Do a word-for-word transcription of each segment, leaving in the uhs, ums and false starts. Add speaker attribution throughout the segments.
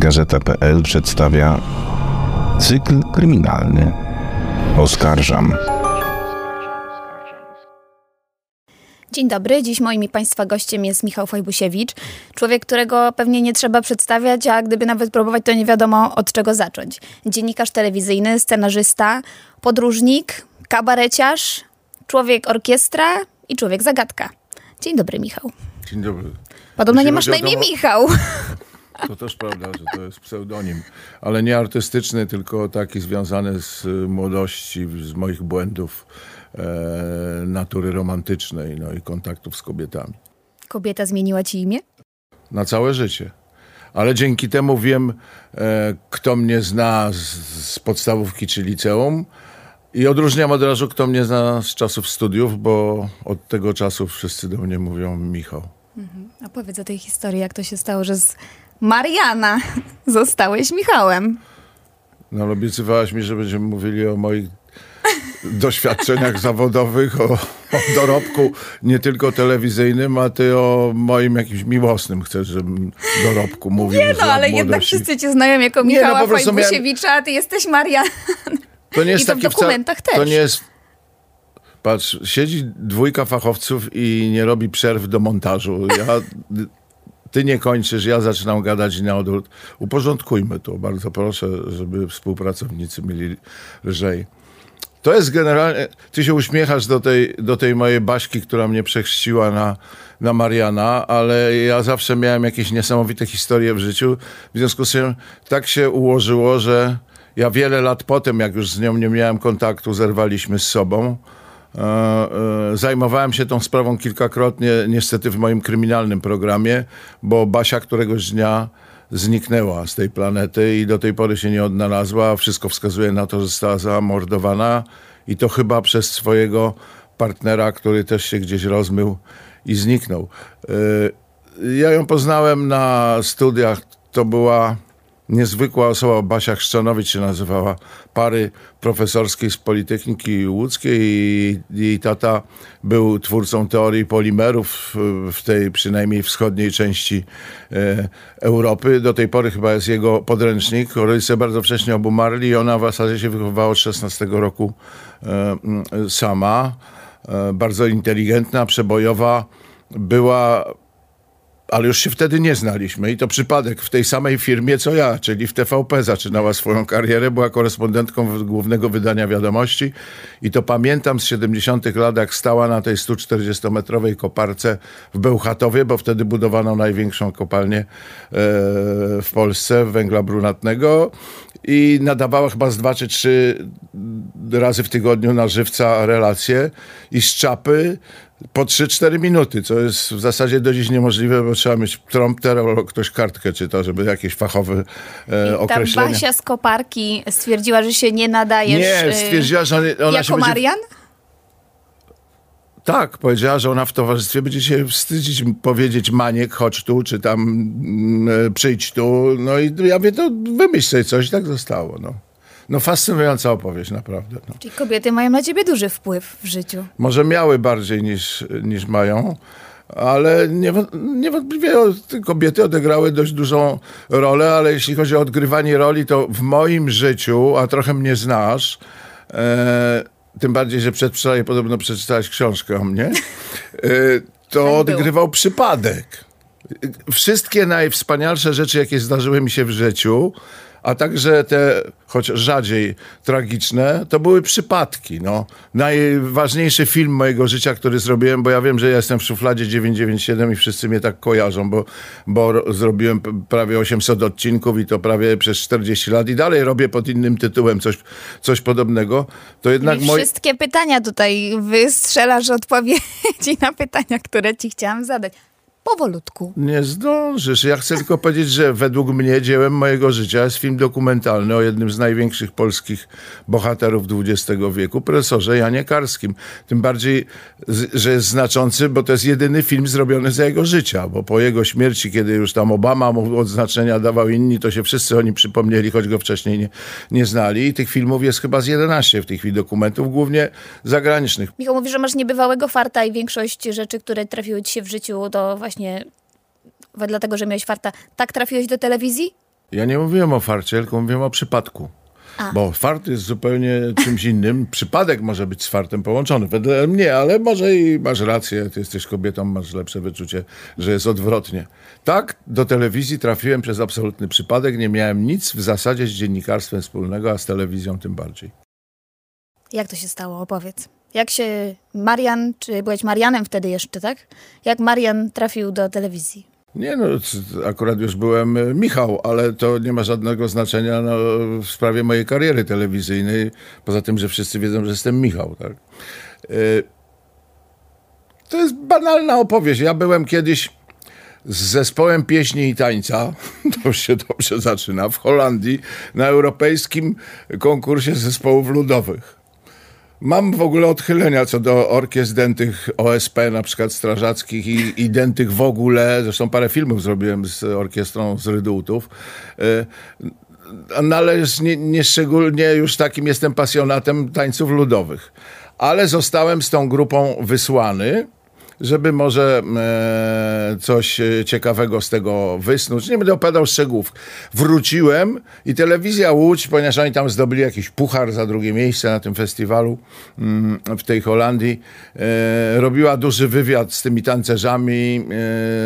Speaker 1: Gazeta kropka pe el przedstawia cykl kryminalny Oskarżam.
Speaker 2: Dzień dobry, dziś moim i Państwa gościem jest Michał Fajbusiewicz. Człowiek, którego pewnie nie trzeba przedstawiać, a gdyby nawet próbować, to nie wiadomo od czego zacząć. Dziennikarz telewizyjny, scenarzysta, podróżnik, kabareciarz, człowiek orkiestra i człowiek zagadka. Dzień dobry, Michał.
Speaker 3: Dzień dobry.
Speaker 2: Podobno nie masz na imię Michał.
Speaker 3: To też prawda, że to jest pseudonim, ale nie artystyczny, tylko taki związany z młodości, z moich błędów e, natury romantycznej, no i kontaktów z kobietami.
Speaker 2: Kobieta zmieniła ci imię?
Speaker 3: Na całe życie. Ale dzięki temu wiem, e, kto mnie zna z, z podstawówki czy liceum i odróżniam od razu, kto mnie zna z czasów studiów, bo od tego czasu wszyscy do mnie mówią Michał.
Speaker 2: Mhm. A powiedz o tej historii, jak to się stało, że z Mariana zostałeś Michałem.
Speaker 3: No, obiecywałaś mi, że będziemy mówili o moich doświadczeniach zawodowych, o, o dorobku nie tylko telewizyjnym, a ty o moim jakimś miłosnym chcesz, żebym dorobku mówił.
Speaker 2: Nie no, ale młodości. Jednak wszyscy cię znają jako Michała nie, no, Fajbusiewicza, miałem... a ty jesteś Marian.
Speaker 3: To nie jest
Speaker 2: I to
Speaker 3: takie
Speaker 2: w dokumentach
Speaker 3: wca...
Speaker 2: też.
Speaker 3: To nie jest... Patrz, siedzi dwójka fachowców i nie robi przerw do montażu. Ja... Ty nie kończysz, ja zaczynam gadać i na odwrót. Uporządkujmy to, bardzo proszę, żeby współpracownicy mieli lżej. To jest generalnie... Ty się uśmiechasz do tej, do tej mojej Baśki, która mnie przechrzciła na, na Mariana, ale ja zawsze miałem jakieś niesamowite historie w życiu. W związku z tym tak się ułożyło, że ja wiele lat potem, jak już z nią nie miałem kontaktu, zerwaliśmy z sobą. Zajmowałem się tą sprawą kilkakrotnie, niestety w moim kryminalnym programie, bo Basia któregoś dnia zniknęła z tej planety i do tej pory się nie odnalazła. Wszystko wskazuje na to, że została zamordowana i to chyba przez swojego partnera, który też się gdzieś rozmył i zniknął. Ja ją poznałem na studiach, to była niezwykła osoba, Basia Chrzczanowicz się nazywała, pary profesorskiej z Politechniki Łódzkiej i jej tata był twórcą teorii polimerów w tej przynajmniej wschodniej części e, Europy. Do tej pory chyba jest jego podręcznik. Rodzice bardzo wcześnie obumarli i ona w zasadzie się wychowywała od szesnastego roku e, sama. E, bardzo inteligentna, przebojowa. Była... Ale już się wtedy nie znaliśmy i to przypadek w tej samej firmie co ja, czyli w T V P zaczynała swoją karierę, była korespondentką głównego wydania Wiadomości i to pamiętam z siedemdziesiątych lat, jak stała na tej sto czterdziestometrowej koparce w Bełchatowie, bo wtedy budowano największą kopalnię e, w Polsce węgla brunatnego i nadawała chyba z dwa czy trzy razy w tygodniu na żywca relacje i z czapy po trzy cztery minuty, co jest w zasadzie do dziś niemożliwe, bo trzeba mieć prompter albo ktoś kartkę czyta, żeby jakieś fachowe e, określenia.
Speaker 2: Ta Basia z koparki stwierdziła, że się nie nadajesz
Speaker 3: Nie, stwierdziła, że ona, ona
Speaker 2: jako
Speaker 3: się będzie...
Speaker 2: Marian?
Speaker 3: Tak, powiedziała, że ona w towarzystwie będzie się wstydzić powiedzieć Maniek, chodź tu, czy tam mm, przyjdź tu. No i ja mówię, to wymyśl sobie coś, i tak zostało, no. No fascynująca opowieść, naprawdę. No.
Speaker 2: Czyli kobiety mają na ciebie duży wpływ w życiu.
Speaker 3: Może miały bardziej niż, niż mają, ale niewątpliwie kobiety odegrały dość dużą rolę, ale jeśli chodzi o odgrywanie roli, to w moim życiu, a trochę mnie znasz, e, tym bardziej, że przedwczoraj podobno przeczytałeś książkę o mnie, e, to tak odgrywał przypadek. Wszystkie najwspanialsze rzeczy, jakie zdarzyły mi się w życiu, a także te, choć rzadziej tragiczne, to były przypadki. No. Najważniejszy film mojego życia, który zrobiłem, bo ja wiem, że ja jestem w szufladzie dziewięćset dziewięćdziesiąt siedem i wszyscy mnie tak kojarzą, bo, bo zrobiłem prawie osiemset odcinków i to prawie przez czterdzieści lat i dalej robię pod innym tytułem coś, coś podobnego. To jednak
Speaker 2: I
Speaker 3: moi...
Speaker 2: wszystkie pytania tutaj wystrzelasz odpowiedzi na pytania, które ci chciałam zadać. Powolutku.
Speaker 3: Nie zdążysz. Ja chcę tylko powiedzieć, że według mnie dziełem mojego życia jest film dokumentalny o jednym z największych polskich bohaterów dwudziestego wieku, profesorze Janie Karskim. Tym bardziej, że jest znaczący, bo to jest jedyny film zrobiony za jego życia, bo po jego śmierci, kiedy już tam Obama mu odznaczenia dawał inni, to się wszyscy oni przypomnieli, choć go wcześniej nie, nie znali. I tych filmów jest chyba z jedenaście w tej chwili dokumentów, głównie zagranicznych.
Speaker 2: Michał mówi, że masz niebywałego farta i większość rzeczy, które trafiły ci się w życiu, to właśnie dlatego, że miałeś farta. Tak trafiłeś do telewizji?
Speaker 3: Ja nie mówiłem o farcie, tylko mówiłem o przypadku. A. Bo fart jest zupełnie czymś innym. Przypadek może być z fartem połączony. Wedle mnie, ale może i masz rację, ty jesteś kobietą, masz lepsze wyczucie, że jest odwrotnie. Tak, do telewizji trafiłem przez absolutny przypadek. Nie miałem nic w zasadzie z dziennikarstwem wspólnego, a z telewizją tym bardziej.
Speaker 2: Jak to się stało? Opowiedz. Jak się Marian, czy byłeś Marianem wtedy jeszcze, tak? Jak Marian trafił do telewizji?
Speaker 3: Nie no, akurat już byłem Michał, ale to nie ma żadnego znaczenia no, w sprawie mojej kariery telewizyjnej. Poza tym, że wszyscy wiedzą, że jestem Michał, tak? To jest banalna opowieść. Ja byłem kiedyś z zespołem pieśni i tańca, to już się dobrze zaczyna, w Holandii na europejskim konkursie zespołów ludowych. Mam w ogóle odchylenia co do orkiestr dętych O S P, na przykład strażackich i, i dętych w ogóle. Zresztą parę filmów zrobiłem z orkiestrą z Rydultów. No ale nie, nie szczególnie już takim jestem pasjonatem tańców ludowych. Ale zostałem z tą grupą wysłany, żeby może e, coś ciekawego z tego wysnuć. Nie będę opowiadał szczegółów. Wróciłem i telewizja Łódź, ponieważ oni tam zdobyli jakiś puchar za drugie miejsce na tym festiwalu mm, w tej Holandii, e, robiła duży wywiad z tymi tancerzami e,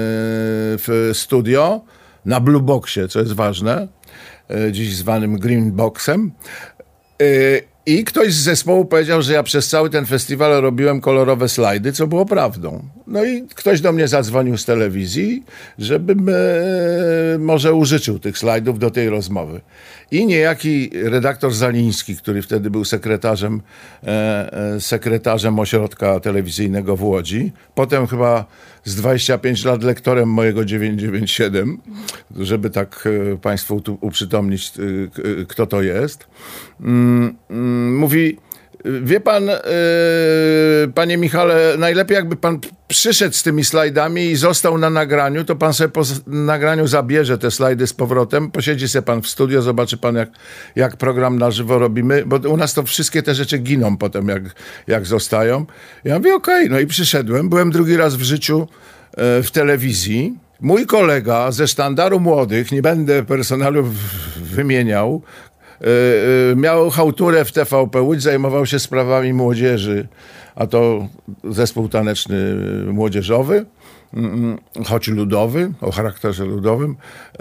Speaker 3: w studio na Blue Boxie, co jest ważne, e, dziś zwanym Green Boxem. E, I ktoś z zespołu powiedział, że ja przez cały ten festiwal robiłem kolorowe slajdy, co było prawdą. No i ktoś do mnie zadzwonił z telewizji, żebym e, może użyczył tych slajdów do tej rozmowy. I niejaki redaktor Zaliński, który wtedy był sekretarzem, e, e, sekretarzem ośrodka telewizyjnego w Łodzi, potem chyba z dwadzieścia pięć lat lektorem mojego dziewięćset dziewięćdziesiąt siedem, żeby tak e, państwu tu uprzytomnić, e, kto to jest. Mm, mm, mówi, wie pan, yy, panie Michale, najlepiej jakby pan przyszedł z tymi slajdami i został na nagraniu, to pan sobie po nagraniu zabierze te slajdy z powrotem, posiedzi sobie pan w studio, zobaczy pan jak, jak program na żywo robimy, bo u nas to wszystkie te rzeczy giną potem, jak, jak zostają. Ja mówię, okej, okay. No i przyszedłem, byłem drugi raz w życiu yy, w telewizji. Mój kolega ze Sztandaru Młodych, nie będę personalu wymieniał, Yy, miał chałturę w T V P Łódź, zajmował się sprawami młodzieży, a to zespół taneczny młodzieżowy, yy, choć ludowy, o charakterze ludowym.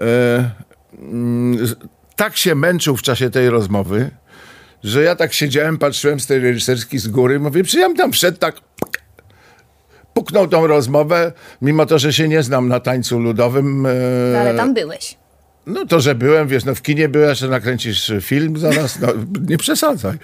Speaker 3: Yy, yy, tak się męczył w czasie tej rozmowy, że ja tak siedziałem, patrzyłem z tej reżyserski z góry, mówię, przyjam tam wszedł tak, puknął tą rozmowę, mimo to, że się nie znam na tańcu ludowym.
Speaker 2: Yy, Ale tam byłeś.
Speaker 3: No to, że byłem, wiesz, no w kinie byłeś, że nakręcisz film zaraz, no nie przesadzaj.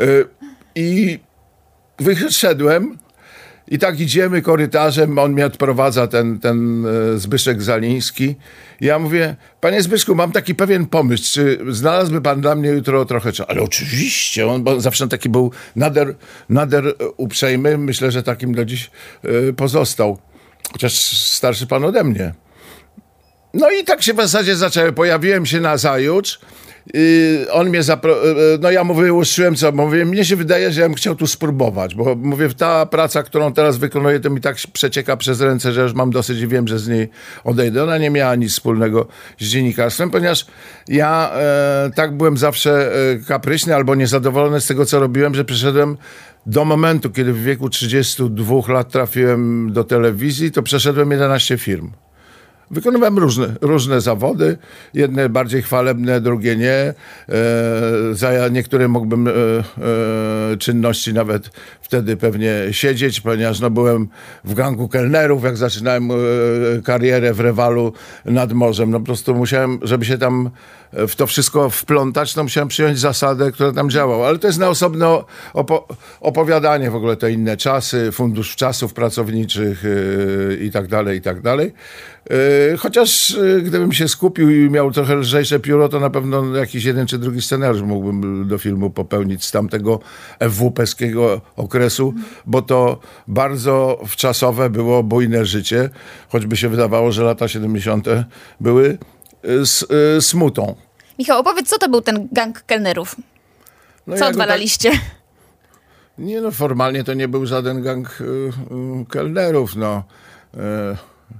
Speaker 3: I wyszedłem i tak idziemy korytarzem, on mnie odprowadza, ten, ten Zbyszek Zaliński. Ja mówię, panie Zbyszku, mam taki pewien pomysł, czy znalazłby pan dla mnie jutro trochę czasu? Ale oczywiście, on bo zawsze taki był nader, nader uprzejmy, myślę, że takim do dziś pozostał. Chociaż starszy pan ode mnie. No i tak się w zasadzie zaczęły. Pojawiłem się nazajutrz. Yy, on mnie zapro... Yy, no ja mu wyłuszczyłem, co mówię. Mnie się wydaje, że ja bym chciał tu spróbować, bo mówię, ta praca, którą teraz wykonuję, to mi tak przecieka przez ręce, że już mam dosyć i wiem, że z niej odejdę. Ona nie miała nic wspólnego z dziennikarstwem, ponieważ ja e, tak byłem zawsze e, kapryśny albo niezadowolony z tego, co robiłem, że przyszedłem do momentu, kiedy w wieku trzydziestu dwóch lat trafiłem do telewizji, to przeszedłem jedenaście firm. Wykonywałem różne, różne zawody, jedne bardziej chwalebne, drugie nie. E, za niektóre mógłbym e, e, czynności nawet wtedy pewnie siedzieć, ponieważ no, byłem w gangu kelnerów, jak zaczynałem e, karierę w Rewalu nad morzem. No po prostu musiałem, żeby się tam w to wszystko wplątać, no musiałem przyjąć zasadę, która tam działała. Ale to jest na osobne opo- opowiadanie, w ogóle to inne czasy, fundusz czasów pracowniczych e, i tak dalej, i tak dalej. Chociaż gdybym się skupił i miał trochę lżejsze pióro, to na pewno jakiś jeden czy drugi scenariusz mógłbym do filmu popełnić z tamtego F W P-skiego okresu, bo to bardzo wczasowe było bujne życie, choćby się wydawało, że lata siedemdziesiąte były z, y, smutą.
Speaker 2: Michał, opowiedz, co to był ten gang kelnerów?
Speaker 3: No
Speaker 2: co odwalaliście? Tak...
Speaker 3: Nie no, formalnie to nie był żaden gang y, y, kelnerów, no. Y,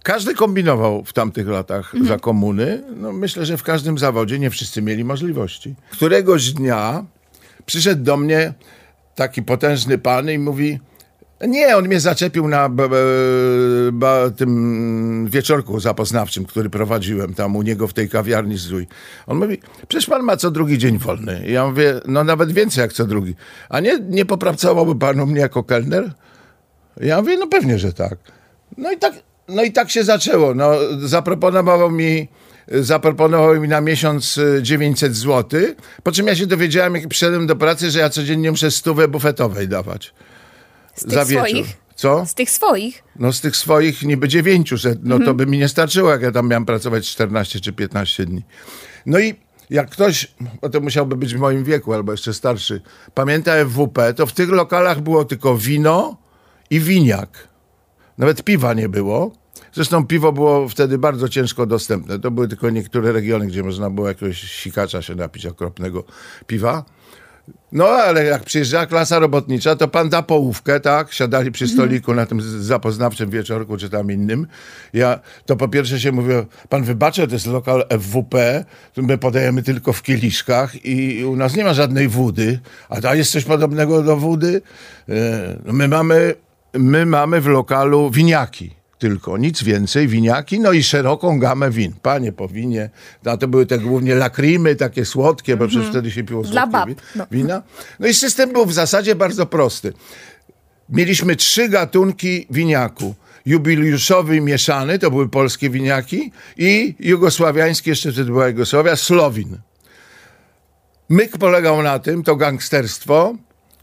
Speaker 3: Każdy kombinował w tamtych latach
Speaker 2: Mhm.
Speaker 3: za komuny. No, myślę, że w każdym zawodzie nie wszyscy mieli możliwości. Któregoś dnia przyszedł do mnie taki potężny pan i mówi... Nie, on mnie zaczepił na b, b, b, tym wieczorku zapoznawczym, który prowadziłem tam u niego w tej kawiarni Zdrój. On mówi, przecież pan ma co drugi dzień wolny. I ja mówię, no nawet więcej jak co drugi. A nie, nie popracowałby pan u mnie jako kelner? Ja mówię, no pewnie, że tak. No i tak, no i tak się zaczęło. No, zaproponował mi... Zaproponował mi na miesiąc dziewięćset złotych, po czym ja się dowiedziałem, jak przyszedłem do pracy, że ja codziennie muszę stówę bufetowej dawać.
Speaker 2: Z tych
Speaker 3: Za wieczór.
Speaker 2: swoich?
Speaker 3: Co?
Speaker 2: Z tych swoich?
Speaker 3: No z tych swoich niby dziewięciuset, no
Speaker 2: Mhm.
Speaker 3: to by mi nie starczyło, jak ja tam miałem pracować czternaście czy piętnaście dni. No i jak ktoś, bo to musiałby być w moim wieku albo jeszcze starszy, pamięta F W P, to w tych lokalach było tylko wino i winiak. Nawet piwa nie było. Zresztą piwo było wtedy bardzo ciężko dostępne. To były tylko niektóre regiony, gdzie można było jakiegoś sikacza się napić okropnego piwa. No, ale jak przyjeżdżała klasa robotnicza, to pan da połówkę, tak? Siadali przy stoliku na tym zapoznawczym wieczorku, czy tam innym. Ja, to po pierwsze się mówiło, pan wybaczy, to jest lokal F W P, my podajemy tylko w kieliszkach i u nas nie ma żadnej wody. A to jest coś podobnego do wody? No my mamy, my mamy w lokalu winiaki. Tylko, nic więcej, winiaki, no i szeroką gamę win. Panie po winie, no to były te głównie lakrimy, takie słodkie, bo przecież wtedy się piło
Speaker 2: Dla
Speaker 3: słodkie
Speaker 2: bab,
Speaker 3: wi-
Speaker 2: no.
Speaker 3: wina. No i system był w zasadzie bardzo prosty. Mieliśmy trzy gatunki winiaku. Jubiliuszowy i mieszany, to były polskie winiaki, i jugosławiański, jeszcze wtedy była Jugosławia, Slowin. Myk polegał na tym, to gangsterstwo,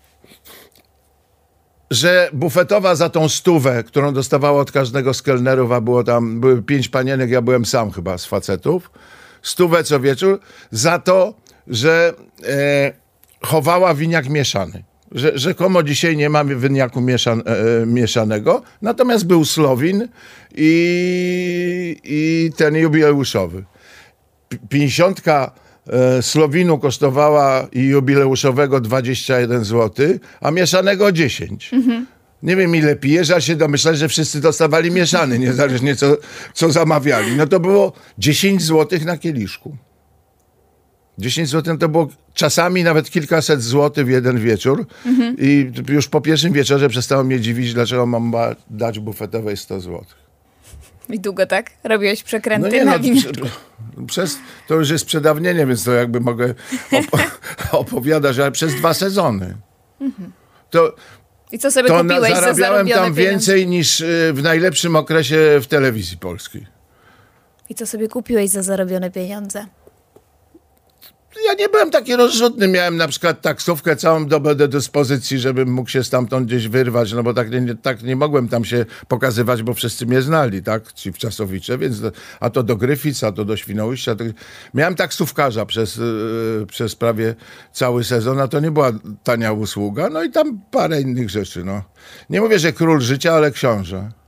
Speaker 3: że bufetowa za tą stówę, którą dostawała od każdego z kelnerów, a było tam, były pięć panienek, ja byłem sam chyba z facetów, stówę co wieczór, za to, że e, chowała winiak mieszany. Że rzekomo dzisiaj nie mamy winiaku mieszan, e, mieszanego, natomiast był Slowin i, i ten jubileuszowy. P- Pięćdziesiątka e, Slowinu kosztowała i jubileuszowego dwadzieścia jeden złotych, a mieszanego dziesięć. Nie wiem, ile pijesz, a się domyślać, że wszyscy dostawali mieszany, niezależnie co, co zamawiali. No to było dziesięć złotych na kieliszku. dziesięć złotych to było czasami nawet kilkaset złotych w jeden wieczór. I już po pierwszym wieczorze przestało mnie dziwić, dlaczego mam ma dać bufetowej sto złotych.
Speaker 2: I długo tak? Robiłeś przekręty
Speaker 3: No nie,
Speaker 2: na
Speaker 3: no,
Speaker 2: winie?
Speaker 3: prze, przez, to już jest przedawnienie, więc to jakby mogę op- opowiadać, ale przez dwa sezony. To,
Speaker 2: I co sobie
Speaker 3: to na,
Speaker 2: kupiłeś za
Speaker 3: zarabiałem
Speaker 2: zarobione
Speaker 3: tam
Speaker 2: pieniądze?
Speaker 3: więcej niż y, w najlepszym okresie w telewizji polskiej.
Speaker 2: I co sobie kupiłeś za zarobione pieniądze?
Speaker 3: Ja nie byłem taki rozrzutny. Miałem na przykład taksówkę całą dobę do dyspozycji, żebym mógł się stamtąd gdzieś wyrwać, no bo tak nie, tak nie mogłem tam się pokazywać, bo wszyscy mnie znali, tak? Ci wczasowicze, więc a to do Gryfic, a to do Świnoujścia. To... Miałem taksówkarza przez, yy, przez prawie cały sezon, a to nie była tania usługa. No i tam parę innych rzeczy, no. Nie mówię, że król życia, ale książę.